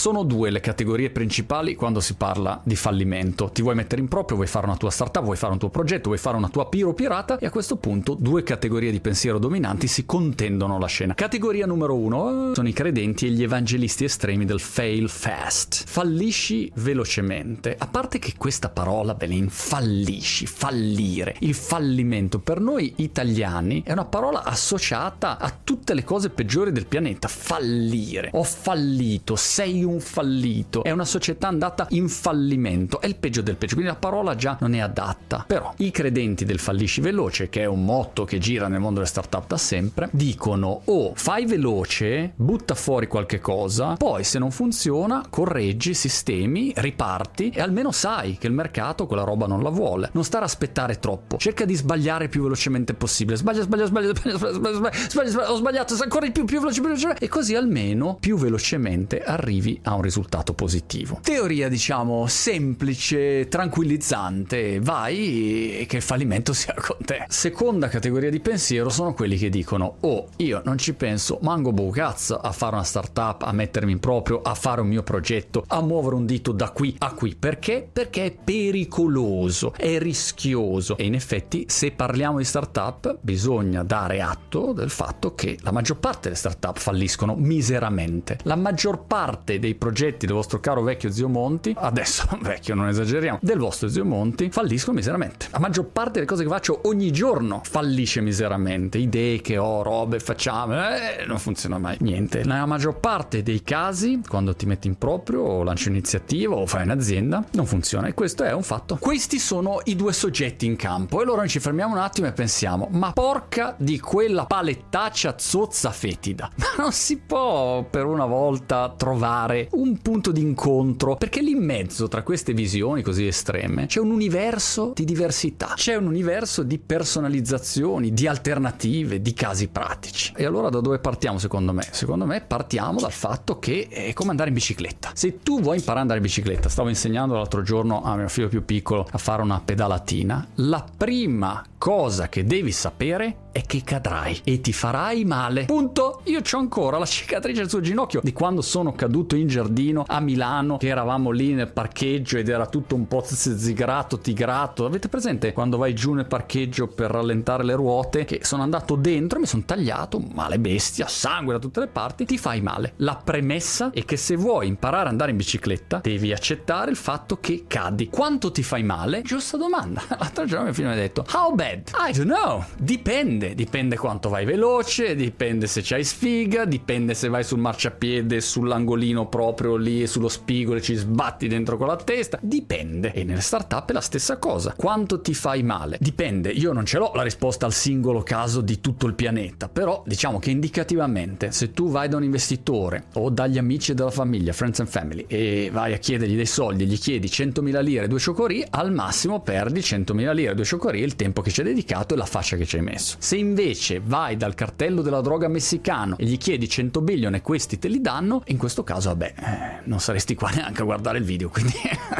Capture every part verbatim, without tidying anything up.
Sono due le categorie principali quando si parla di fallimento. Ti vuoi mettere in proprio, vuoi fare una tua startup, vuoi fare un tuo progetto, vuoi fare una tua piro pirata, e a questo punto due categorie di pensiero dominanti si contendono la scena. Categoria numero uno sono i credenti e gli evangelisti estremi del fail fast. Fallisci velocemente. A parte che questa parola, Belen, fallisci, fallire, il fallimento per noi italiani è una parola associata a tutte le cose peggiori del pianeta. Fallire, ho fallito, sei un fallito, è una società andata in fallimento, è il peggio del peggio, quindi la parola già non è adatta. Però i credenti del fallisci veloce, che è un motto che gira nel mondo delle startup da sempre, dicono: oh, fai veloce, butta fuori qualche cosa, poi se non funziona correggi, sistemi, riparti e almeno sai che il mercato quella roba non la vuole. Non stare a aspettare troppo, cerca di sbagliare il più velocemente possibile. Sbaglia, sbaglia, sbaglia, sbaglia, sbaglia, sbaglia, sbaglia, sbaglia, ho sbagliato, corri più, più veloce, più veloce, e così almeno più velocemente arrivi a un risultato positivo. Teoria, diciamo, semplice, tranquillizzante, vai e che il fallimento sia con te. Seconda categoria di pensiero sono quelli che dicono: oh, io non ci penso manco boh cazzo a fare una startup, a mettermi in proprio, a fare un mio progetto, a muovere un dito da qui a qui. Perché? Perché è pericoloso, è rischioso. E in effetti, se parliamo di startup, bisogna dare atto del fatto che la maggior parte delle startup falliscono miseramente. La maggior parte dei progetti del vostro caro vecchio zio Monti, adesso vecchio non esageriamo, del vostro zio Monti, falliscono miseramente. La maggior parte delle cose che faccio ogni giorno fallisce miseramente. Idee che ho, robe facciamo, eh, non funziona mai niente. Nella maggior parte dei casi, quando ti metti in proprio o lanci un'iniziativa o fai un'azienda, non funziona, e questo è un fatto. Questi sono i due soggetti in campo, e allora noi ci fermiamo un attimo e pensiamo: ma porca di quella palettaccia zozza fetida, ma non si può per una volta trovare un punto di incontro? Perché lì in mezzo, tra queste visioni così estreme, c'è un universo di diversità, c'è un universo di personalizzazioni, di alternative, di casi pratici. E allora da dove partiamo secondo me? Secondo me partiamo dal fatto che è come andare in bicicletta. Se tu vuoi imparare ad andare in bicicletta, stavo insegnando l'altro giorno a mio figlio più piccolo a fare una pedalatina, la prima cosa che devi sapere è che cadrai e ti farai male. Punto. Io c'ho ancora la cicatrice sul ginocchio di quando sono caduto in giardino a Milano, che eravamo lì nel parcheggio ed era tutto un po' zigrato, tigrato. Avete presente quando vai giù nel parcheggio per rallentare le ruote? Che sono andato dentro, mi sono tagliato, male bestia, sangue da tutte le parti, ti fai male. La premessa è che se vuoi imparare ad andare in bicicletta devi accettare il fatto che cadi. Quanto ti fai male? Giusta domanda. L'altro giorno mio figlio mi ha detto: how bad? I don't know. Dipende. Dipende quanto vai veloce, dipende se c'hai sfiga, dipende se vai sul marciapiede, sull'angolino proprio lì, sullo spigolo e ci sbatti dentro con la testa. Dipende. E nelle startup è la stessa cosa. Quanto ti fai male? Dipende. Io non ce l'ho la risposta al singolo caso di tutto il pianeta, però diciamo che indicativamente, se tu vai da un investitore o dagli amici della famiglia, friends and family, e vai a chiedergli dei soldi, gli chiedi centomila lire e due cioccorì, al massimo perdi centomila lire e due cioccorì, il tempo che ci hai dedicato e la faccia che ci hai messo. Se invece vai dal cartello della droga messicano e gli chiedi cento billion e questi te li danno, in questo caso vabbè, eh, non saresti qua neanche a guardare il video, quindi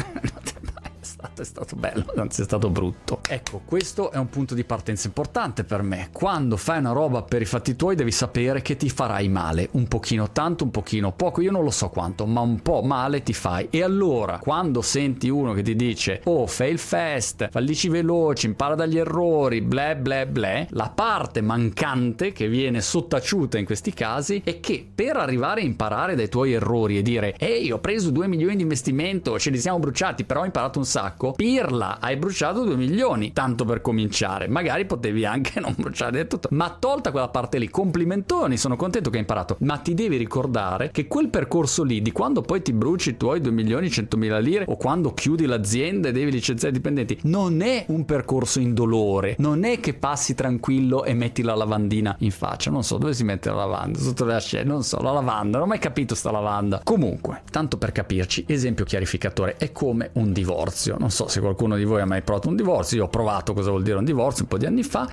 è stato bello, anzi è stato brutto. Ecco, questo è un punto di partenza importante per me. Quando fai una roba per i fatti tuoi devi sapere che ti farai male, un pochino tanto, un pochino poco, io non lo so quanto, ma un po' male ti fai. E allora quando senti uno che ti dice: oh, fail fast, fallisci veloci, impara dagli errori, bla bla bla, la parte mancante che viene sottaciuta in questi casi è che per arrivare a imparare dai tuoi errori e dire: ehi, ho preso due milioni di investimento, ce li siamo bruciati, però ho imparato un sacco. Pirla, hai bruciato due milioni, tanto per cominciare. Magari potevi anche non bruciare del tutto, ma tolta quella parte lì, complimentoni, sono contento che hai imparato, ma ti devi ricordare che quel percorso lì, di quando poi ti bruci i tuoi due milioni centomila lire o quando chiudi l'azienda e devi licenziare i dipendenti, non è un percorso indolore, non è che passi tranquillo e metti la lavandina in faccia. Non so dove si mette la lavanda, sotto le ascelle, non so, la lavanda, non ho mai capito sta lavanda. Comunque, tanto per capirci, esempio chiarificatore, è come un divorzio. Non so se qualcuno di voi ha mai provato un divorzio, io ho provato cosa vuol dire un divorzio un po' di anni fa, e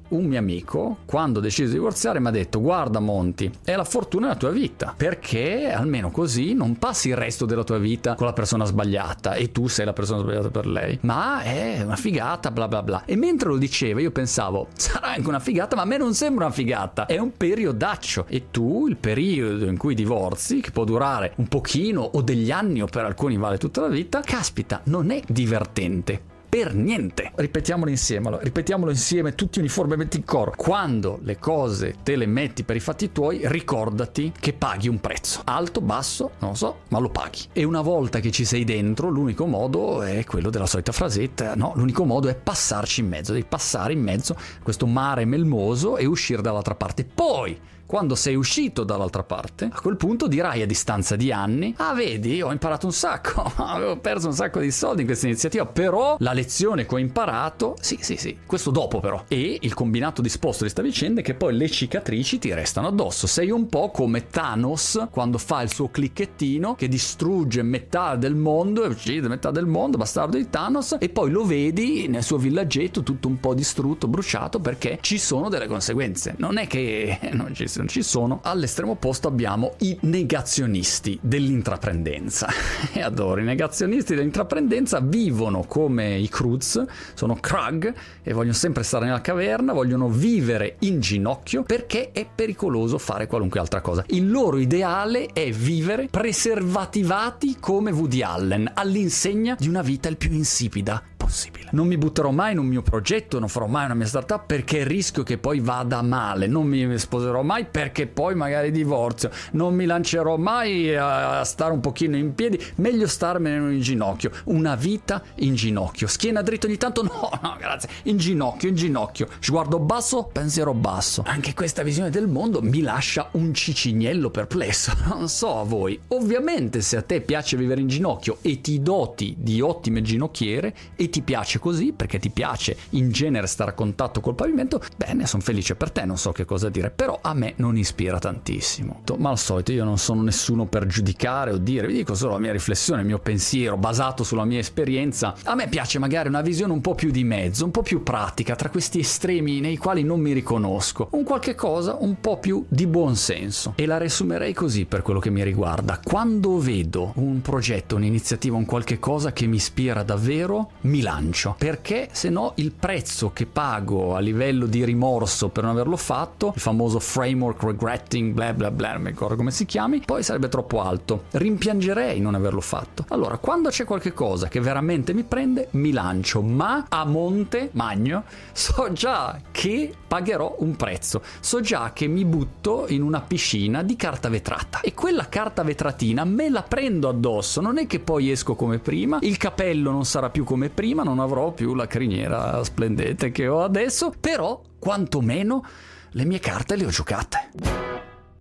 un mio amico, quando ho deciso di divorziare, mi ha detto: guarda Monti, è la fortuna della tua vita, perché almeno così non passi il resto della tua vita con la persona sbagliata e tu sei la persona sbagliata per lei, ma è una figata bla bla bla. E mentre lo diceva io pensavo: sarà anche una figata, ma a me non sembra una figata, è un periodaccio. E tu il periodo in cui divorzi, che può durare un pochino o degli anni o per alcuni vale tutta la vita, caspita, non è divertente per niente. Ripetiamolo insieme, allora, ripetiamolo insieme tutti uniformemente in coro: quando le cose te le metti per i fatti tuoi, ricordati che paghi un prezzo, alto, basso, non lo so, ma lo paghi. E una volta che ci sei dentro, l'unico modo è quello della solita frasetta, no, l'unico modo è passarci in mezzo, devi passare in mezzo a questo mare melmoso e uscire dall'altra parte. Poi quando sei uscito dall'altra parte, a quel punto dirai a distanza di anni: ah, vedi, ho imparato un sacco, avevo perso un sacco di soldi in questa iniziativa, però la lezione che ho imparato, sì sì sì, questo dopo però. E il combinato disposto di sta vicenda è che poi le cicatrici ti restano addosso. Sei un po' come Thanos quando fa il suo clicchettino che distrugge metà del mondo e uccide metà del mondo, bastardo di Thanos, e poi lo vedi nel suo villaggetto tutto un po' distrutto, bruciato, perché ci sono delle conseguenze. Non è che non ci sono non ci sono. All'estremo opposto abbiamo i negazionisti dell'intraprendenza. E adoro i negazionisti dell'intraprendenza. Vivono come i Cruz, sono Krug, e vogliono sempre stare nella caverna, vogliono vivere in ginocchio perché è pericoloso fare qualunque altra cosa. Il loro ideale è vivere preservativati come Woody Allen, all'insegna di una vita il più insipida possibile. Non mi butterò mai in un mio progetto, non farò mai una mia startup perché rischio che poi vada male, non mi sposerò mai perché poi magari divorzio, non mi lancerò mai a stare un pochino in piedi, meglio starmene in ginocchio. Una vita in ginocchio, schiena dritta ogni tanto, no no grazie, in ginocchio, in ginocchio, sguardo basso, pensiero basso. Anche questa visione del mondo mi lascia un ciciniello perplesso, non so a voi. Ovviamente se a te piace vivere in ginocchio e ti doti di ottime ginocchiere e ti piace così, perché ti piace in genere stare a contatto col pavimento, bene, sono felice per te, non so che cosa dire, però a me non ispira tantissimo. Ma al solito io non sono nessuno per giudicare o dire, vi dico solo la mia riflessione, il mio pensiero basato sulla mia esperienza. A me piace magari una visione un po' più di mezzo, un po' più pratica, tra questi estremi nei quali non mi riconosco, un qualche cosa un po' più di buon senso. E la riassumerei così per quello che mi riguarda: quando vedo un progetto, un'iniziativa, un qualche cosa che mi ispira davvero, mi lancio, perché se no il prezzo che pago a livello di rimorso per non averlo fatto, il famoso framework regretting bla bla bla, non mi ricordo come si chiami, poi sarebbe troppo alto, rimpiangerei non averlo fatto. Allora quando c'è qualche cosa che veramente mi prende, mi lancio, ma a monte magno so già che pagherò un prezzo, so già che mi butto in una piscina di carta vetrata e quella carta vetratina me la prendo addosso, non è che poi esco come prima, il capello non sarà più come prima, non avrò più la criniera splendente che ho adesso, però quantomeno le mie carte le ho giocate.